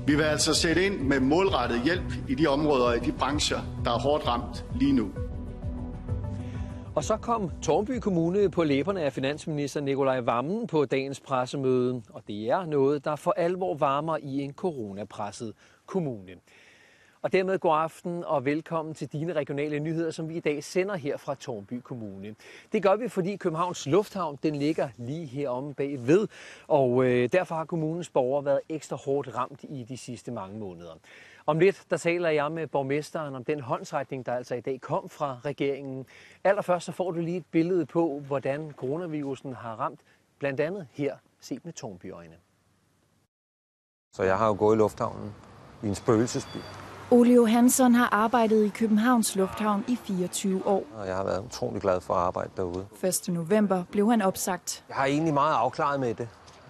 Vi vil altså sætte ind med målrettet hjælp i de områder og i de brancher, der er hårdt ramt lige nu. Og så kom Tårnby Kommune på læberne af finansminister Nicolai Wammen på dagens pressemøde. Og det er noget, der for alvor varmer i en coronapresset kommune. Og dermed god aften og velkommen til dine regionale nyheder, som vi i dag sender her fra Tårnby Kommune. Det gør vi, fordi Københavns Lufthavn den ligger lige heromme bagved, og derfor har kommunens borgere været ekstra hårdt ramt i de sidste mange måneder. Om lidt, der taler jeg med borgmesteren om den håndsrækning, der altså i dag kom fra regeringen. Allerførst så får du lige et billede på, hvordan coronavirusen har ramt, blandt andet her set med Tårnby-øjne. Så jeg har jo gået i lufthavnen i en spøgelsesby. Ole Johansson har arbejdet i Københavns Lufthavn i 24 år. Og jeg har været utrolig glad for at arbejde derude. 1. november blev han opsagt. Jeg har egentlig meget afklaret med det.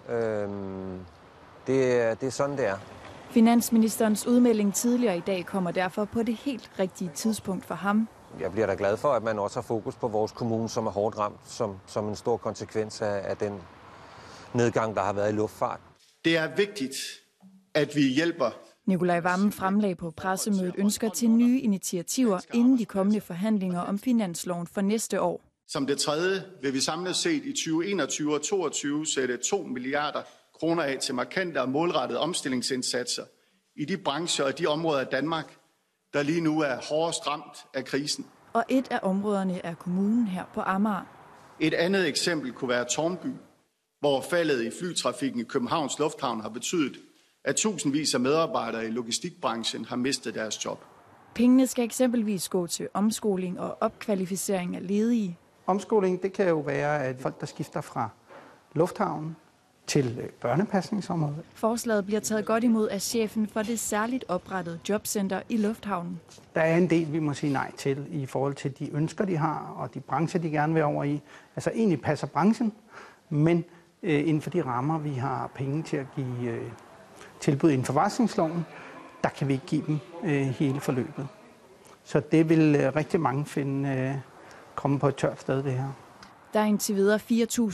Det er sådan, det er. Finansministerens udmelding tidligere i dag kommer derfor på det helt rigtige tidspunkt for ham. Jeg bliver da glad for, at man også har fokus på vores kommune, som er hårdt ramt, som en stor konsekvens af den nedgang, der har været i luftfart. Det er vigtigt, at vi hjælper. Nicolai Wammen fremlagde på pressemødet ønsker til nye initiativer inden de kommende forhandlinger om finansloven for næste år. Som det tredje vil vi samlet set i 2021 og 2022 sætte 2 milliarder kroner af til markante og målrettede omstillingsindsatser i de brancher og de områder af Danmark, der lige nu er hårdest ramt af krisen. Og et af områderne er kommunen her på Amager. Et andet eksempel kunne være Tårnby, hvor faldet i flytrafikken i Københavns Lufthavn har betydet, at tusindvis af medarbejdere i logistikbranchen har mistet deres job. Pengene skal eksempelvis gå til omskoling og opkvalificering af ledige. Omskoling, det kan jo være, at folk, der skifter fra lufthavnen til børnepasningsområdet. Forslaget bliver taget godt imod af chefen for det særligt oprettede jobcenter i Lufthavnen. Der er en del, vi må sige nej til i forhold til de ønsker, de har, og de brancher, de gerne vil over i. Altså egentlig passer branchen, men inden for de rammer, vi har penge til at give tilbud inden for varslingsloven, der kan vi ikke give dem hele forløbet. Så det vil rigtig mange finde komme på et tørt sted, det her. Der er indtil videre 4.265,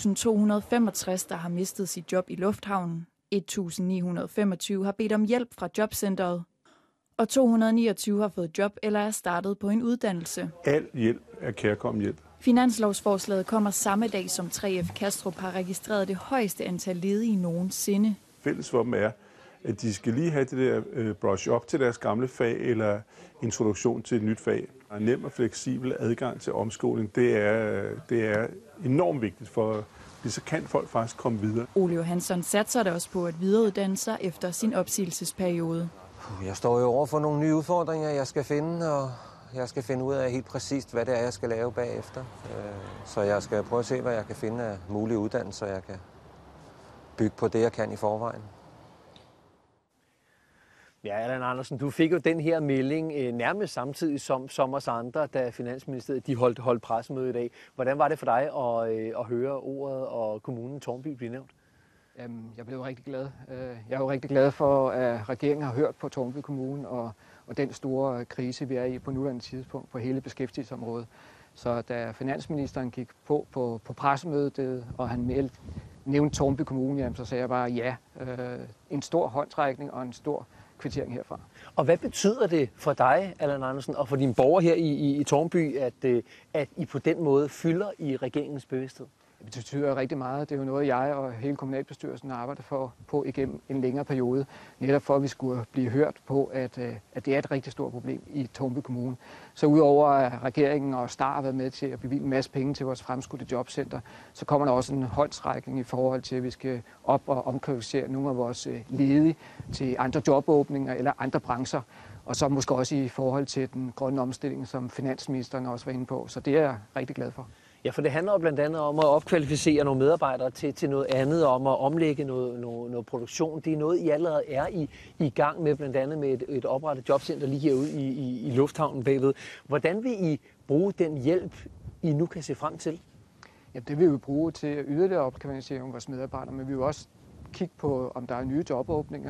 der har mistet sit job i lufthavnen. 1.925 har bedt om hjælp fra jobcentret. Og 229 har fået job eller er startet på en uddannelse. Al hjælp er kærkommen hjælp. Finanslovsforslaget kommer samme dag, som 3F Kastrup har registreret det højeste antal ledige nogensinde. Fælles for dem er, at de skal lige have det der brush up til deres gamle fag eller introduktion til et nyt fag. En nem og fleksibel adgang til omskoling, det er enormt vigtigt, for så kan folk faktisk komme videre. Ole Johansson satser da også på at videreuddanne sig efter sin opsigelsesperiode. Jeg står jo over for nogle nye udfordringer, jeg skal finde, og jeg skal finde ud af helt præcist, hvad det er, jeg skal lave bagefter. Så jeg skal prøve at se, hvad jeg kan finde af mulige uddannelser, jeg kan bygge på det, jeg kan i forvejen. Ja, Allan Andersen, du fik jo den her melding nærmest samtidig som os andre, da Finansministeriet de holdt pressemøde i dag. Hvordan var det for dig at høre ordet og kommunen Tårnby blive nævnt? Jamen, jeg blev rigtig glad. Jeg er jo rigtig glad for, at regeringen har hørt på Tårnby Kommune og den store krise, vi er i på nuværende tidspunkt på hele beskæftigelsesområdet. Så da finansministeren gik på pressemødet, og han nævnte Tårnby Kommune, jamen, så sagde jeg bare ja. En stor håndtrækning og en stor kvittering herfra. Og hvad betyder det for dig, Allan Andersen, og for dine borgere her i Tårnby, at I på den måde fylder i regeringens bevidsthed? Det betyder rigtig meget. Det er jo noget, jeg og hele kommunalbestyrelsen arbejder på igennem en længere periode. Netop for, at vi skulle blive hørt på, at det er et rigtig stort problem i Tårnby Kommune. Så udover at regeringen og STAR har været med til at bevilge en masse penge til vores fremskudte jobcenter, så kommer der også en håndsrækning i forhold til, at vi skal op og omkvalificere nogle af vores ledige til andre jobåbninger eller andre brancher. Og så måske også i forhold til den grønne omstilling, som finansministeren også var inde på. Så det er jeg rigtig glad for. Ja, for det handler jo blandt andet om at opkvalificere nogle medarbejdere til noget andet, om at omlægge noget produktion. Det er noget, I allerede er i gang med, blandt andet med et oprettet jobcenter lige herude i lufthavnen bagved. Hvordan vil I bruge den hjælp, I nu kan se frem til? Ja, det vil vi bruge til yderligere opkvalificering af vores medarbejdere, men vi vil også kigge på, om der er nye jobåbninger,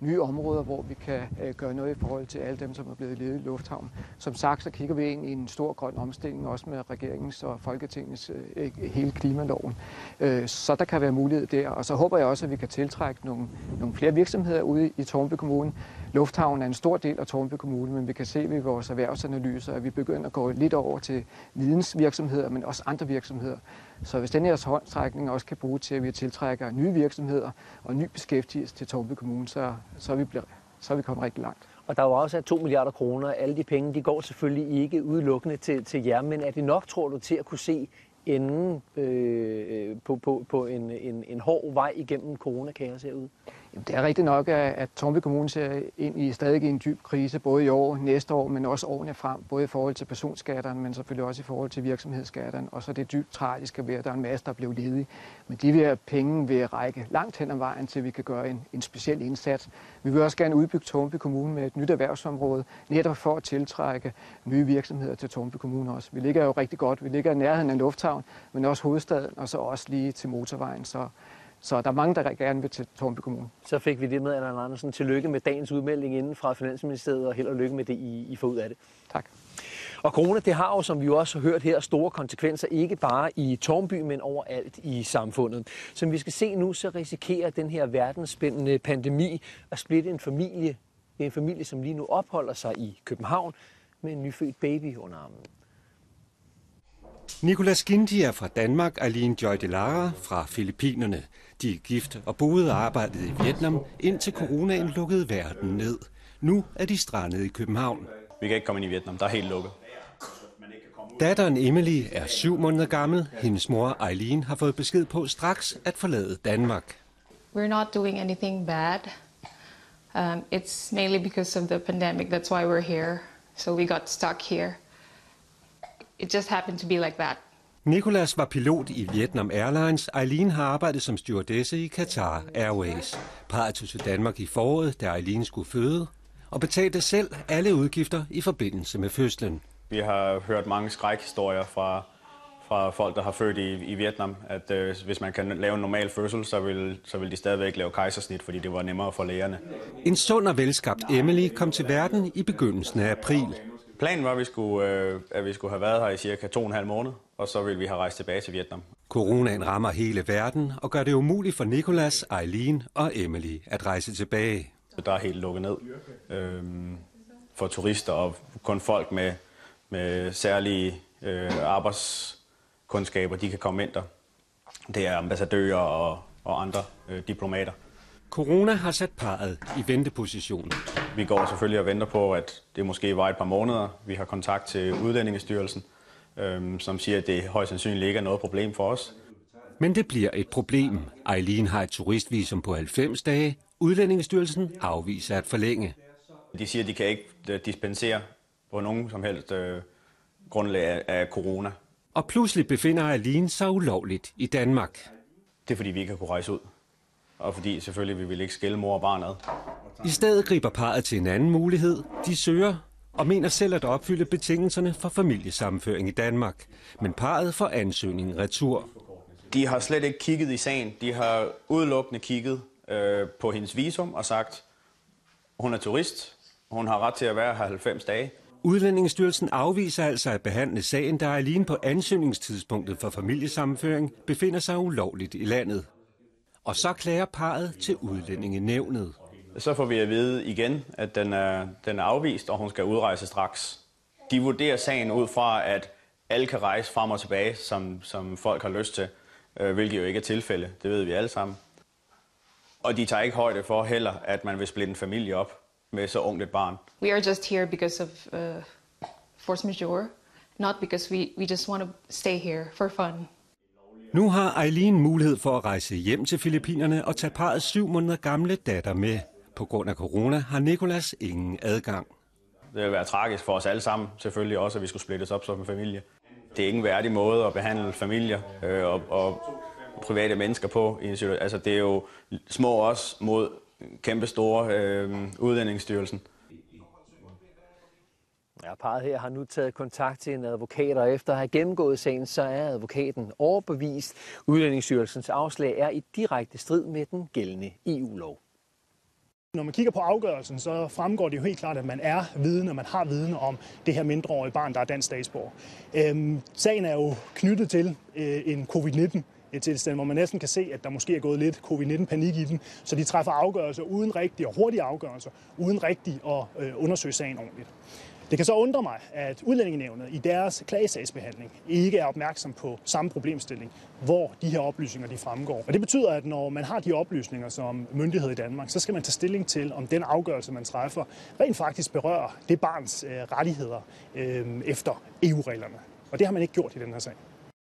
nye områder, hvor vi kan gøre noget i forhold til alle dem, som er blevet ledige i lufthavnen. Som sagt, så kigger vi ind i en stor grøn omstilling, også med regeringens og Folketingets hele klimaloven. Så der kan være mulighed der, og så håber jeg også, at vi kan tiltrække nogle flere virksomheder ude i Tårnby Kommune. Lufthavnen er en stor del af Tårnby Kommune, men vi kan se ved vores erhvervsanalyser, at vi begynder at gå lidt over til vidensvirksomheder, men også andre virksomheder. Så hvis den her håndtrækning også kan bruge til, at vi tiltrækker nye virksomheder og ny beskæftigelse til Tårnby Kommune, så er vi kommet rigtig langt. Og der er jo også 2 milliarder kroner. Alle de penge, de går selvfølgelig ikke udelukkende til jer, men er det nok, tror du, til at kunne se enden på en hård vej igennem coronakaos herude? Jamen, det er rigtigt nok, at Tårnby Kommune ser ind i stadig en dyb krise, både i år, næste år, men også årene frem, både i forhold til personskatterne, men selvfølgelig også i forhold til virksomhedsskatterne. Og så er det dybt tragisk at være, at der er en masse, der er blevet ledige. Men de her penge vil række langt hen ad vejen til, at vi kan gøre en speciel indsats. Vi vil også gerne udbygge Tårnby Kommune med et nyt erhvervsområde, netop for at tiltrække nye virksomheder til Tårnby Kommune også. Vi ligger jo rigtig godt. Vi ligger i nærheden af lufthavn, men også hovedstaden, og så også lige til motorvejen. Så der er mange, der gerne vil til Tårnby Kommune. Så fik vi det med, Allan Andersen. Tillykke med dagens udmelding inden fra Finansministeriet, og held og lykke med det, I får ud af det. Tak. Og corona, det har jo, som vi jo også har hørt her, store konsekvenser, ikke bare i Tårnby, men overalt i samfundet. Som vi skal se nu, så risikerer den her verdensspændende pandemi at splitte en familie. Det er en familie, som lige nu opholder sig i København med en nyfødt baby under armen. Nicolas Ginty er fra Danmark, Aline Joy de Lara fra Filippinerne. De er gift og boede og arbejdede i Vietnam, indtil coronaen lukkede verden ned. Nu er de strandet i København. Vi kan ikke komme ind i Vietnam, der er helt lukket. Datteren Emily er 7 måneder gammel. Hendes mor Eileen har fået besked på straks at forlade Danmark. We're not doing anything bad. It's mainly because of the pandemic. That's why we're here. So we got stuck here. It just happened to be like that. Nicolas var pilot i Vietnam Airlines. Eileen har arbejdet som stewardesse i Qatar Airways. Parret tog til Danmark i foråret, da Eileen skulle føde, og betalte selv alle udgifter i forbindelse med fødslen. Vi har hørt mange skrækhistorier fra folk, der har født i Vietnam, at hvis man kan lave en normal fødsel, så vil de stadigvæk lave kejsersnit, fordi det var nemmere for lægerne. En sund og velskabt Emily kom til verden i begyndelsen af april. Planen var, at vi skulle have været her i cirka 2,5 måneder, og så ville vi have rejst tilbage til Vietnam. Coronaen rammer hele verden og gør det umuligt for Nicolas, Eileen og Emily at rejse tilbage. Der er helt lukket ned for turister og kun folk med særlige arbejdskundskaber, de kan komme ind der. Det er ambassadører og andre diplomater. Corona har sat parret i venteposition. Vi går selvfølgelig og venter på, at det måske var et par måneder. Vi har kontakt til Udlændingestyrelsen, som siger, at det højst sandsynligt ikke er noget problem for os. Men det bliver et problem. Eileen har et turistvisum på 90 dage. Udlændingestyrelsen afviser at forlænge. De siger, at de kan ikke dispensere på nogen som helst grundlag af corona. Og pludselig befinder Eileen sig ulovligt i Danmark. Det er fordi, vi ikke har kunnet rejse ud. Og fordi selvfølgelig vi vil ikke skille mor og barn ad. I stedet griber parret til en anden mulighed. De søger og mener selv at opfylde betingelserne for familiesammenføring i Danmark. Men parret får ansøgningen retur. De har slet ikke kigget i sagen. De har udelukkende kigget på hendes visum og sagt, hun er turist. Hun har ret til at være her 90 dage. Udlændingestyrelsen afviser altså at behandle sagen, da Eileen på ansøgningstidspunktet for familiesammenføring befinder sig ulovligt i landet. Og så klager parret til Udlændingenævnet. Så får vi at vide igen, at den er afvist, og hun skal udrejse straks. De vurderer sagen ud fra, at alle kan rejse frem og tilbage, som folk har lyst til, hvilket jo ikke er tilfælde. Det ved vi alle sammen. Og de tager ikke højde for heller, at man vil splitte en familie op med så ungt et barn. We are just here because of force majeure, not because we just want to stay here for fun. Nu har Eileen mulighed for at rejse hjem til Filippinerne og tage parrets 7 måneder gamle datter med. På grund af corona har Nicolas ingen adgang. Det vil være tragisk for os alle sammen, selvfølgelig også, at vi skulle splittes op som en familie. Det er ikke en værdig måde at behandle familier og private mennesker på. Altså, det er jo små os mod kæmpe store Udlændingsstyrelsen. Ja, parret her har nu taget kontakt til en advokat, og efter at have gennemgået sagen, så er advokaten overbevist. Udlændingsstyrelsens afslag er i direkte strid med den gældende EU-lov. Når man kigger på afgørelsen, så fremgår det jo helt klart, at man er vidende, og man har viden om det her mindreårige barn, der er dansk statsborger. Sagen er jo knyttet til en covid-19-tilstand, hvor man næsten kan se, at der måske er gået lidt covid-19-panik i den, så de træffer afgørelser uden rigtige og hurtige afgørelser, uden rigtigt at undersøge sagen ordentligt. Det kan så undre mig, at Udlændingenævnet i deres klagesagsbehandling ikke er opmærksom på samme problemstilling, hvor de her oplysninger de fremgår. Og det betyder, at når man har de oplysninger som myndighed i Danmark, så skal man tage stilling til, om den afgørelse, man træffer, rent faktisk berører det barns rettigheder efter EU-reglerne. Og det har man ikke gjort i den her sag.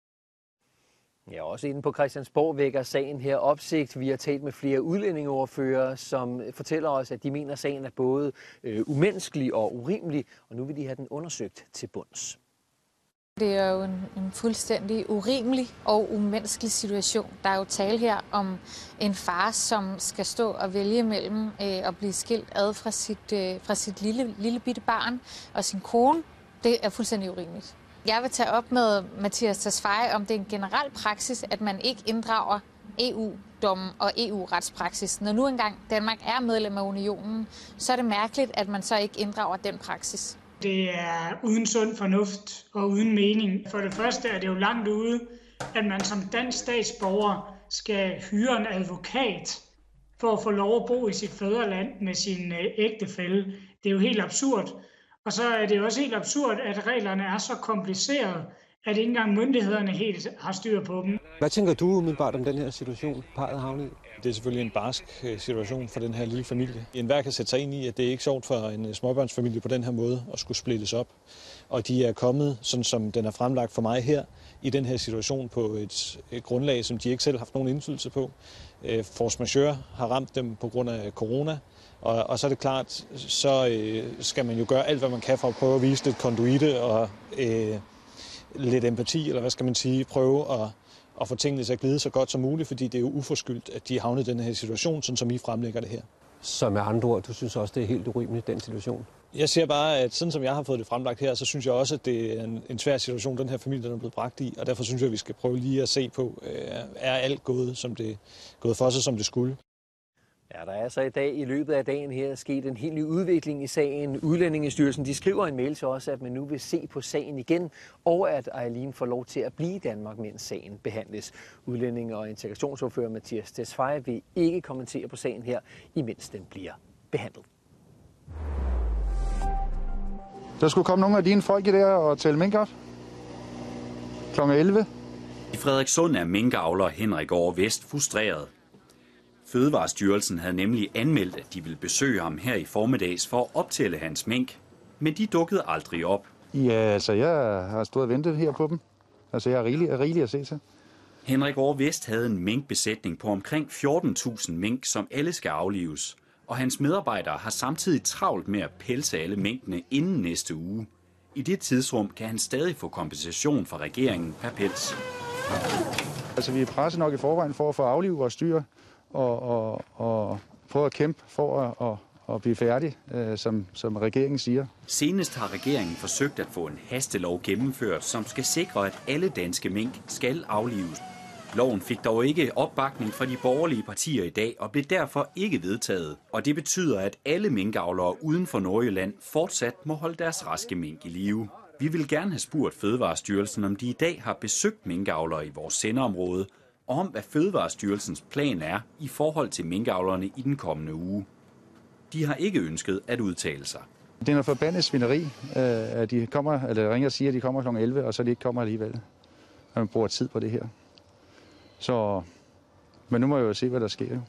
Ja, også inde på Christiansborg vækker sagen her opsigt. Vi har talt med flere udlændingeordførere, som fortæller os, at de mener, at sagen er både umenneskelig og urimelig, og nu vil de have den undersøgt til bunds. Det er jo en fuldstændig urimelig og umenneskelig situation. Der er jo tale her om en far, som skal stå og vælge mellem at blive skilt ad fra sit lille bitte barn og sin kone. Det er fuldstændig urimeligt. Jeg vil tage op med Mattias Tesfaye, om det er en generel praksis, at man ikke inddrager EU-dommen og EU-retspraksis. Når nu engang Danmark er medlem af unionen, så er det mærkeligt, at man så ikke inddrager den praksis. Det er uden sund fornuft og uden mening. For det første er det jo langt ude, at man som dansk statsborger skal hyre en advokat for at få lov at bo i sit fædreland med sin ægtefælle. Det er jo helt absurd. Og så er det jo også helt absurd, at reglerne er så komplicerede, at ikke engang myndighederne helt har styr på dem. Hvad tænker du umiddelbart om den her situation, parret havnet i? Det er selvfølgelig en barsk situation for den her lille familie. Enhver kan sætte sig ind i, at det er ikke sjovt for en småbørnsfamilie på den her måde at skulle splittes op. Og de er kommet, sådan som den er fremlagt for mig her, i den her situation på et grundlag, som de ikke selv har haft nogen indflydelse på. Force majeure har ramt dem på grund af corona. Og så er det klart, så skal man jo gøre alt, hvad man kan for at prøve at vise lidt konduite og lidt empati, eller hvad skal man sige, prøve at få tingene til at glide så godt som muligt, fordi det er jo uforskyldt, at de er havnet i den her situation, sådan som I fremlægger det her. Så med andre ord, du synes også, det er helt urimeligt, den situation? Jeg siger bare, at sådan som jeg har fået det fremlagt her, så synes jeg også, at det er en svær situation, den her familie er blevet bragt i, og derfor synes jeg, at vi skal prøve lige at se på, er alt gået for sig, som det skulle. Ja, der er så i dag i løbet af dagen her sket en helt ny udvikling i sagen. Udlændingestyrelsen de skriver en mail til os, at man nu vil se på sagen igen, og at Eileen får lov til at blive i Danmark, mens sagen behandles. Udlændinge- og integrationsordfører Mattias Tesfaye vil ikke kommentere på sagen her, imens den bliver behandlet. Der skulle komme nogle af dine folk i der og tælle minkavl kl. 11. I Frederikssund er minkavler Henrik Aare Vest frustreret. Fødevarestyrelsen havde nemlig anmeldt, at de ville besøge ham her i formiddags for at optælle hans mink, men de dukkede aldrig op. Ja, altså jeg har stået og ventet her på dem. Altså jeg er rigeligt at se til. Henrik Aare Vest havde en minkbesætning på omkring 14.000 mink, som alle skal aflives. Og hans medarbejdere har samtidig travlt med at pelse alle minkene inden næste uge. I det tidsrum kan han stadig få kompensation fra regeringen per pels. Altså vi er presset nok i forvejen for at få aflivet vores dyr og prøve at kæmpe for at blive færdig, som regeringen siger. Senest har regeringen forsøgt at få en hastelov gennemført, som skal sikre, at alle danske mink skal aflives. Loven fik dog ikke opbakning fra de borgerlige partier i dag og blev derfor ikke vedtaget. Og det betyder, at alle minkavlere uden for Nordjylland fortsat må holde deres raske mink i live. Vi vil gerne have spurgt Fødevarestyrelsen, om de i dag har besøgt minkavlere i vores sendeområde, og om hvad Fødevarestyrelsens plan er i forhold til minkavlerne i den kommende uge. De har ikke ønsket at udtale sig. Det er noget forbandet svineri, at de kommer, eller ringer og siger, at de kommer kl. 11, og så de ikke kommer alligevel. Og man bruger tid på det her. Så, men nu må jeg jo se, hvad der sker.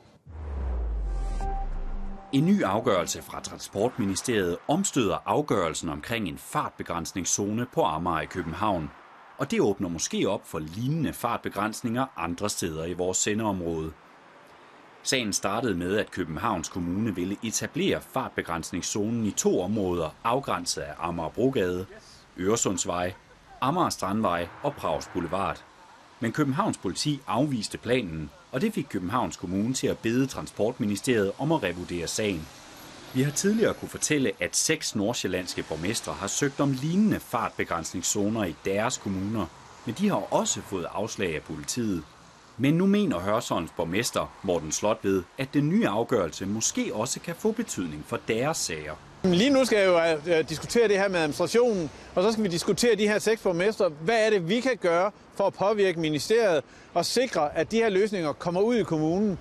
En ny afgørelse fra Transportministeriet omstøder afgørelsen omkring en fartbegrænsningszone på Amager i København. Og det åbner måske op for lignende fartbegrænsninger andre steder i vores sendeområde. Sagen startede med, at Københavns Kommune ville etablere fartbegrænsningszonen i 2 områder, afgrænset af Amagerbrogade, Øresundsvej, Amager Strandvej og Prags Boulevard. Men Københavns politi afviste planen, og det fik Københavns Kommune til at bede Transportministeriet om at revurdere sagen. Vi har tidligere kunne fortælle, at 6 nordsjællandske borgmestre har søgt om lignende fartbegrænsningszoner i deres kommuner, men de har også fået afslag af politiet. Men nu mener Hørsholms borgmester Morten Slotved, at den nye afgørelse måske også kan få betydning for deres sager. Lige nu skal jeg jo diskutere det her med administrationen, og så skal vi diskutere de her 6 borgmestre. Hvad er det, vi kan gøre for at påvirke ministeriet og sikre, at de her løsninger kommer ud i kommunen?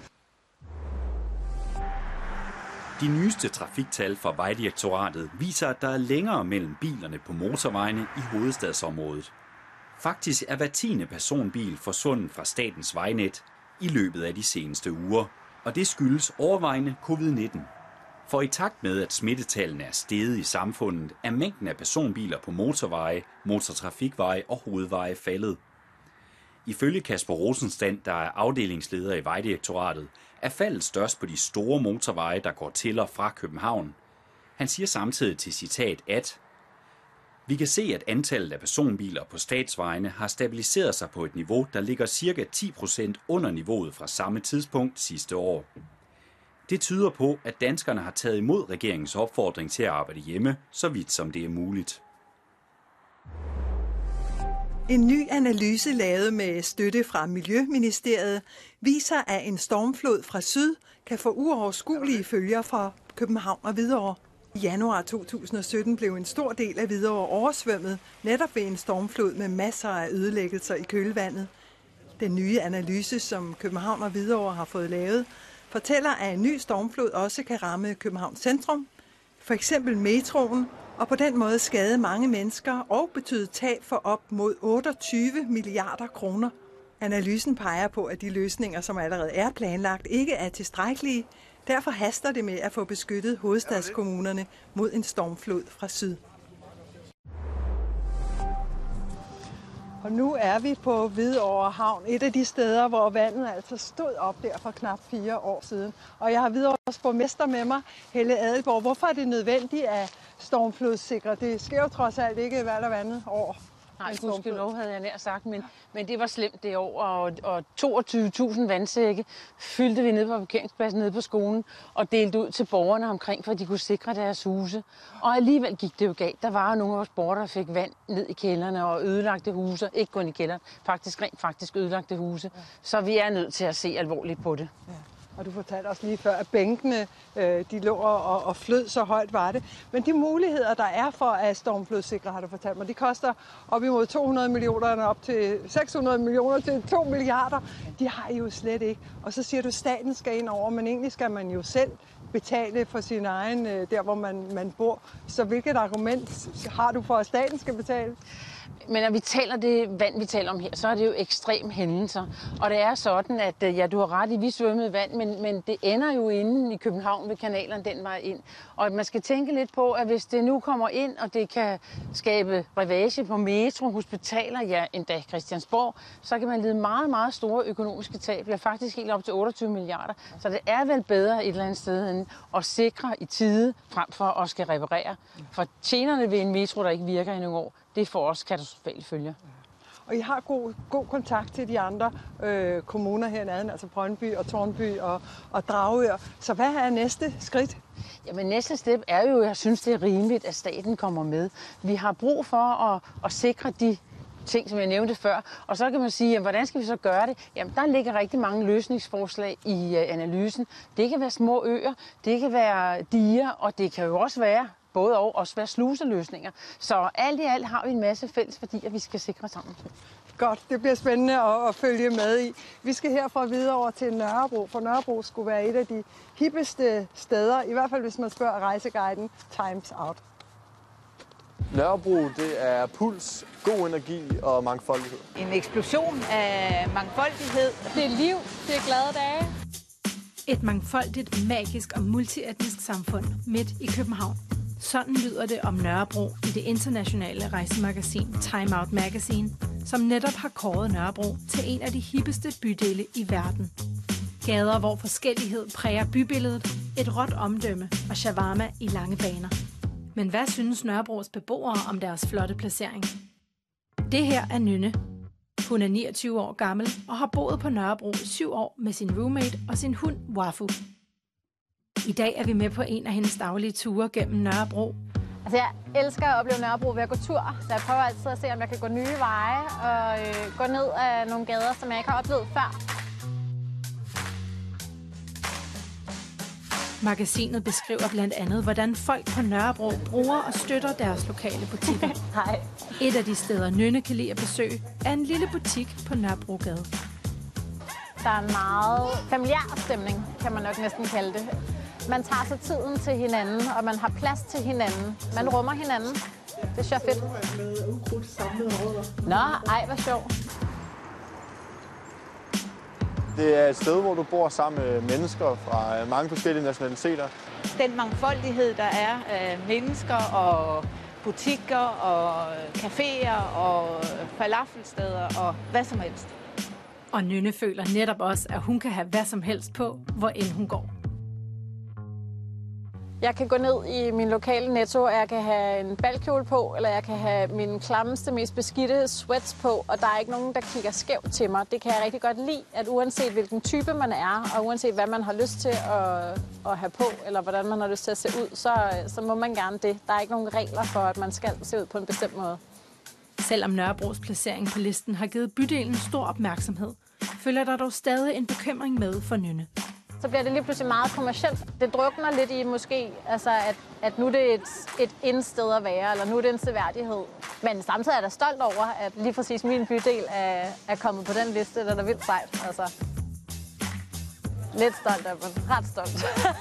De nyeste trafiktal fra Vejdirektoratet viser, at der er længere mellem bilerne på motorvejene i hovedstadsområdet. Faktisk er hver 10. personbil forsvundet fra statens vejnet i løbet af de seneste uger, og det skyldes overvejende covid-19. For i takt med, at smittetallene er steget i samfundet, er mængden af personbiler på motorveje, motortrafikveje og hovedveje faldet. Ifølge Kasper Rosenstand, der er afdelingsleder i Vejdirektoratet, er faldet størst på de store motorveje, der går til og fra København. Han siger samtidig til citat, at vi kan se, at antallet af personbiler på statsvejene har stabiliseret sig på et niveau, der ligger ca. 10% under niveauet fra samme tidspunkt sidste år. Det tyder på, at danskerne har taget imod regeringens opfordring til at arbejde hjemme, så vidt som det er muligt. En ny analyse lavet med støtte fra Miljøministeriet viser, at en stormflod fra syd kan få uoverskuelige følger for København og Hvidovre. I januar 2017 blev en stor del af Hvidovre oversvømmet, netop ved en stormflod med masser af ødelæggelser i kølvandet. Den nye analyse, som København og Hvidovre har fået lavet, fortæller, at en ny stormflod også kan ramme Københavns centrum, for eksempel metroen, og på den måde skade mange mennesker og betyde tab for op mod 28 milliarder kroner. Analysen peger på, at de løsninger, som allerede er planlagt, ikke er tilstrækkelige. Derfor haster det med at få beskyttet hovedstadskommunerne mod en stormflod fra syd. Og nu er vi på Hvidovre Havn, et af de steder, hvor vandet altså stod op der for knap 4 år siden. Og jeg har Hvidovres borgmester med mig, Helle Adelborg. Hvorfor er det nødvendigt at stormflodssikre? Det sker jo trods alt ikke hvert og andet år. Nej, gudskelov havde jeg nær sagt, men det var slemt det år, og 22.000 vandsække fyldte vi ned på parkeringspladsen nede på skolen og delte ud til borgerne omkring, for at de kunne sikre deres huse. Og alligevel gik det jo galt. Der var nogle af vores borgere, der fik vand ned i kælderne og ødelagte huse. Ikke kun i kælderen, faktisk ødelagte huse. Så vi er nødt til at se alvorligt på det. Ja. Og du fortalte også lige før, at bænkene de lå og flød, så højt var det. Men de muligheder, der er for at stormflodssikre, har du fortalt mig, de koster op imod 200 millioner, op til 600 millioner til 2 milliarder. De har I jo slet ikke. Og så siger du, at staten skal ind over, men egentlig skal man jo selv betale for sin egen, der hvor man bor. Så hvilket argument har du for, at staten skal betale? Men når vi taler det vand, vi taler om her, så er det jo ekstrem hændelser. Og det er sådan, at ja, du har ret i, vi svømmede vand, men det ender jo inde i København ved kanalerne den vej ind. Og man skal tænke lidt på, at hvis det nu kommer ind, og det kan skabe rivage på metro, hospitaler, ja endda Christiansborg, så kan man lide meget, meget store økonomiske tab. Det er faktisk helt op til 28 milliarder. Så det er vel bedre et eller andet sted end at sikre i tide, frem for at skal reparere. For tjenerne ved en metro, der ikke virker i nogle år, det får også katastrofale følger. Og I har god kontakt til de andre kommuner hernede, altså Brøndby og Tårnby og Dragør. Så hvad er næste skridt? Jamen næste step er jo, jeg synes det er rimeligt, at staten kommer med. Vi har brug for at sikre de ting, som jeg nævnte før. Og så kan man sige, jamen, hvordan skal vi så gøre det? Jamen, der ligger rigtig mange løsningsforslag i analysen. Det kan være små øer, det kan være diger, og det kan jo også være både og også være sluseløsninger. Så alt i alt har vi en masse fælles værdier, vi skal sikre sammen. Godt, det bliver spændende at følge med i. Vi skal herfra videre over til Nørrebro, for Nørrebro skulle være et af de hippeste steder, i hvert fald hvis man spørger rejseguiden Times Out. Nørrebro, det er puls, god energi og mangfoldighed. En eksplosion af mangfoldighed. Det er liv, det er glade dage. Et mangfoldigt, magisk og multietnisk samfund midt i København. Sådan lyder det om Nørrebro i det internationale rejsemagasin Time Out Magazine, som netop har kåret Nørrebro til en af de hippeste bydele i verden. Gader, hvor forskellighed præger bybilledet, et råt omdømme og shawarma i lange baner. Men hvad synes Nørrebros beboere om deres flotte placering? Det her er Nynne. Hun er 29 år gammel og har boet på Nørrebro 7 år med sin roommate og sin hund Wafu. I dag er vi med på en af hendes daglige ture gennem Nørrebro. Altså, jeg elsker at opleve Nørrebro ved at gå tur, så jeg prøver altid at se, om jeg kan gå nye veje og gå ned ad nogle gader, som jeg ikke har oplevet før. Magasinet beskriver blandt andet, hvordan folk på Nørrebro bruger og støtter deres lokale butikker. Hej. Et af de steder, Nynne kan lide at besøge, er en lille butik på Nørrebrogade. Der er en meget familiær stemning, kan man nok næsten kalde det. Man tager sig tiden til hinanden, og man har plads til hinanden. Man rummer hinanden. Det er så fedt. Nå, ej, hvor sjovt. Det er et sted, hvor du bor sammen med mennesker fra mange forskellige nationaliteter. Den mangfoldighed, der er af mennesker og butikker og caféer og falafelsteder og hvad som helst. Og Nynne føler netop også, at hun kan have hvad som helst på, hvor end hun går. Jeg kan gå ned i min lokale Netto, og jeg kan have en balkjole på, eller jeg kan have min klammeste, mest beskidte sweats på, og der er ikke nogen, der kigger skævt til mig. Det kan jeg rigtig godt lide, at uanset hvilken type man er, og uanset hvad man har lyst til at have på, eller hvordan man har lyst til at se ud, så må man gerne det. Der er ikke nogen regler for, at man skal se ud på en bestemt måde. Selvom Nørrebros placering på listen har givet bydelen stor opmærksomhed, følger der dog stadig en bekymring med for Nynne. Så bliver det lige pludselig meget kommercielt. Det drukner lidt i måske, altså at nu er det et indsted at være, eller nu er det en seværdighed. Men samtidig er jeg da stolt over, at lige præcis min bydel er kommet på den liste. Det er da vildt sejt. Altså. Lidt stolt af mig. Ret stolt.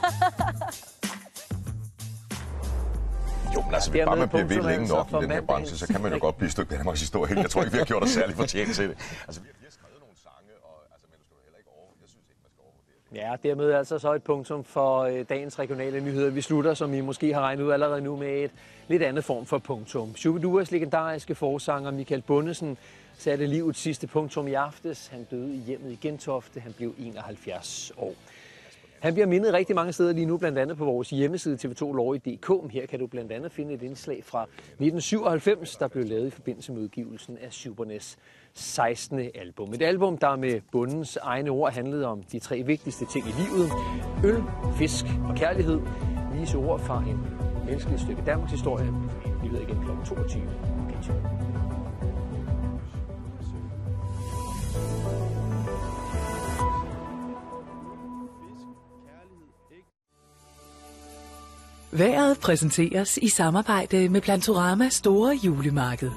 Jo, men altså, hvis bare man bliver ved længe nok i den her branche, så kan man jo godt blive et stykke Danmarks historie. Jeg tror ikke, vi har gjort os særlig fortjent til det. Altså, vi har skrevet nogle sange, og, altså, men du skal jo heller ikke jeg synes ikke, man skal overvurdere det. Ja, dermed altså så et punktum for dagens regionale nyheder. Vi slutter, som I måske har regnet ud allerede nu, med et lidt andet form for punktum. Shubiduas legendariske forsanger Michael Bundesen satte livets sidste punktum i aftes. Han døde i hjemmet i Gentofte. Han blev 71 år. Han bliver mindet rigtig mange steder lige nu, blandt andet på vores hjemmeside tv2lorry.dk. Her kan du blandt andet finde et indslag fra 1997, der blev lavet i forbindelse med udgivelsen af Supernes 16. album. Et album, der med Bundens egne ord handlede om de 3 vigtigste ting i livet. Øl, fisk og kærlighed. Vise ord fra en menneskelig stykke Danmarks historie. Vi ved igen kl. 22. Vejret præsenteres i samarbejde med Plantorama Store Julemarked.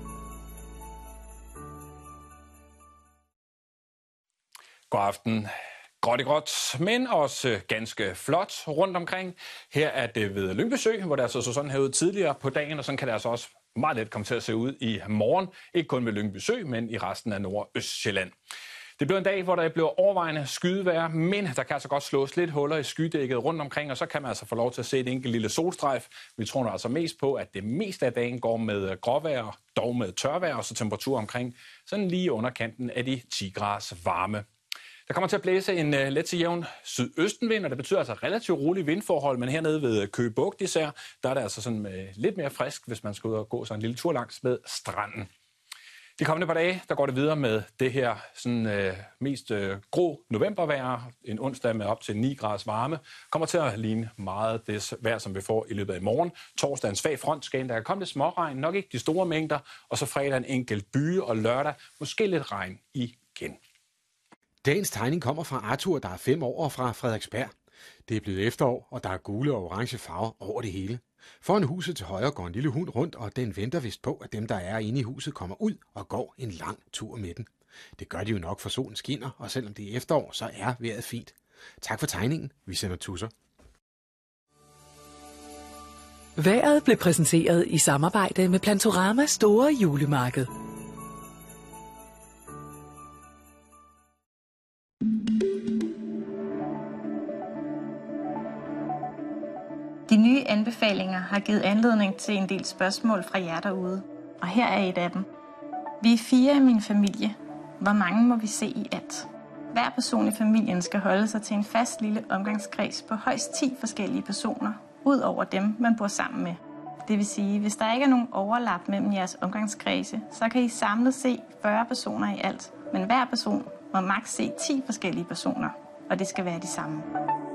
God aften. Gråt i gråt, men også ganske flot rundt omkring. Her er det ved Lyngby Sø, hvor det altså så sådan her ud tidligere på dagen, og sådan kan det altså også meget let komme til at se ud i morgen. Ikke kun ved Lyngby Sø, men i resten af Nordøstsjælland. Det bliver en dag, hvor der bliver overvejende skydevejr, men der kan altså godt slås lidt huller i skydækket rundt omkring, og så kan man altså få lov til at se et enkelt lille solstrejf. Vi tror altså mest på, at det meste af dagen går med gråvejr, dog med tørvejr, og så temperatur omkring sådan lige under kanten af de 10 graders varme. Der kommer til at blæse en let til jævn sydøstenvind, og det betyder altså relativt rolige vindforhold, men hernede ved Køge Bugt især, der er det altså sådan lidt mere frisk, hvis man skal ud og gå sådan en lille tur langs med stranden. De kommende par dage, der går det videre med det her sådan, mest grå novembervejr. En onsdag med op til 9 graders varme. Kommer til at ligne meget det vejr, som vi får i løbet af i morgen. Torsdag en svag front skal ind. Der kan komme lidt småregn, nok ikke de store mængder. Og så fredag en enkelt byge, og lørdag måske lidt regn igen. Dagens tegning kommer fra Arthur, der er 5 år, og fra Frederiksberg. Det er blevet efterår, og der er gule og orange farver over det hele. Foran huset til højre går en lille hund rundt, og den venter vist på, at dem, der er inde i huset, kommer ud og går en lang tur med den. Det gør de jo nok, for solen skinner, og selvom det er efterår, så er vejret fint. Tak for tegningen. Vi sender tusser. Vejret blev præsenteret i samarbejde med Plantorama Store Julemarked. De nye anbefalinger har givet anledning til en del spørgsmål fra jer derude, og her er et af dem. Vi er 4 i min familie. Hvor mange må vi se i alt? Hver person i familien skal holde sig til en fast lille omgangskreds på højst 10 forskellige personer, ud over dem, man bor sammen med. Det vil sige, hvis der ikke er nogen overlap mellem jeres omgangskredse, så kan I samlet se 40 personer i alt, men hver person må maks se 10 forskellige personer, og det skal være de samme.